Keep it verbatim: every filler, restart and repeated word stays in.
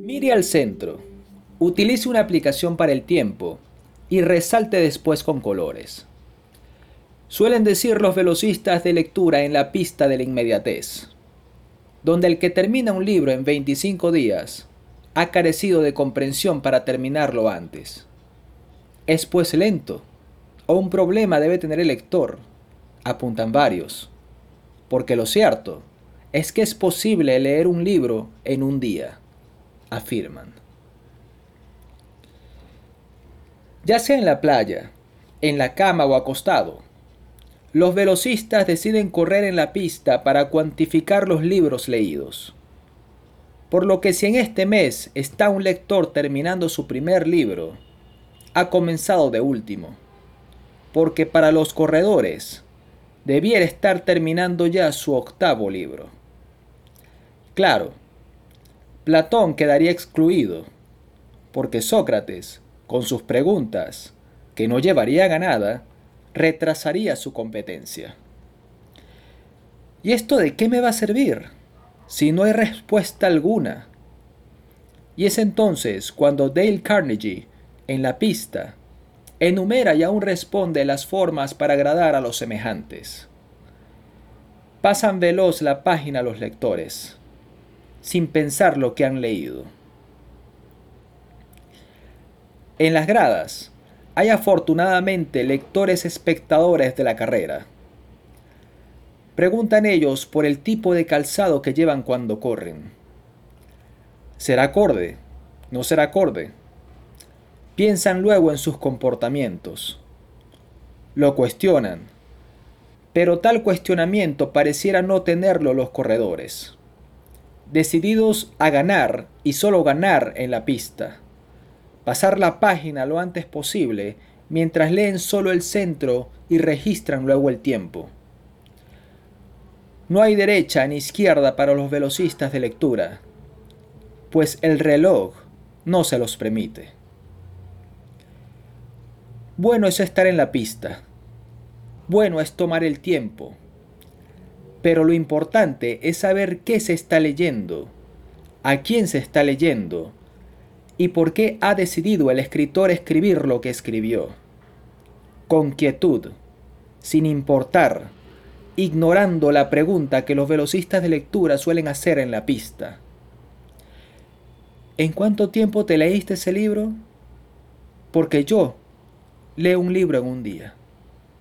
Mire al centro, utilice una aplicación para el tiempo y resalte después con colores. Suelen decir los velocistas de lectura en la pista de la inmediatez, donde el que termina un libro en veinticinco días ha carecido de comprensión para terminarlo antes. ¿Es pues lento? ¿O un problema debe tener el lector? Apuntan varios, porque lo cierto es que es posible leer un libro en un día, afirman. Ya sea en la playa, en la cama o acostado, los velocistas deciden correr en la pista para cuantificar los libros leídos. Por lo que si en este mes está un lector terminando su primer libro, ha comenzado de último, porque para los corredores debiera estar terminando ya su octavo libro. Claro, Platón quedaría excluido, porque Sócrates, con sus preguntas, que no llevarían a nada, retrasaría su competencia. ¿Y esto de qué me va a servir si no hay respuesta alguna? Y es entonces cuando Dale Carnegie, en la pista, enumera y aún responde las formas para agradar a los semejantes. Pasan veloz la página a los lectores, sin pensar lo que han leído. En las gradas hay afortunadamente lectores espectadores de la carrera. Preguntan ellos por el tipo de calzado que llevan cuando corren. ¿Será acorde? ¿No será acorde? Piensan luego en sus comportamientos. Lo cuestionan, pero tal cuestionamiento pareciera no tenerlo los corredores, decididos a ganar y solo ganar en la pista, pasar la página lo antes posible mientras leen solo el centro y registran luego el tiempo. No hay derecha ni izquierda para los velocistas de lectura, pues el reloj no se los permite. Bueno es estar en la pista, bueno es tomar el tiempo, pero lo importante es saber qué se está leyendo, a quién se está leyendo y por qué ha decidido el escritor escribir lo que escribió. Con quietud, sin importar, ignorando la pregunta que los velocistas de lectura suelen hacer en la pista. ¿En cuánto tiempo te leíste ese libro? Porque yo leo un libro en un día.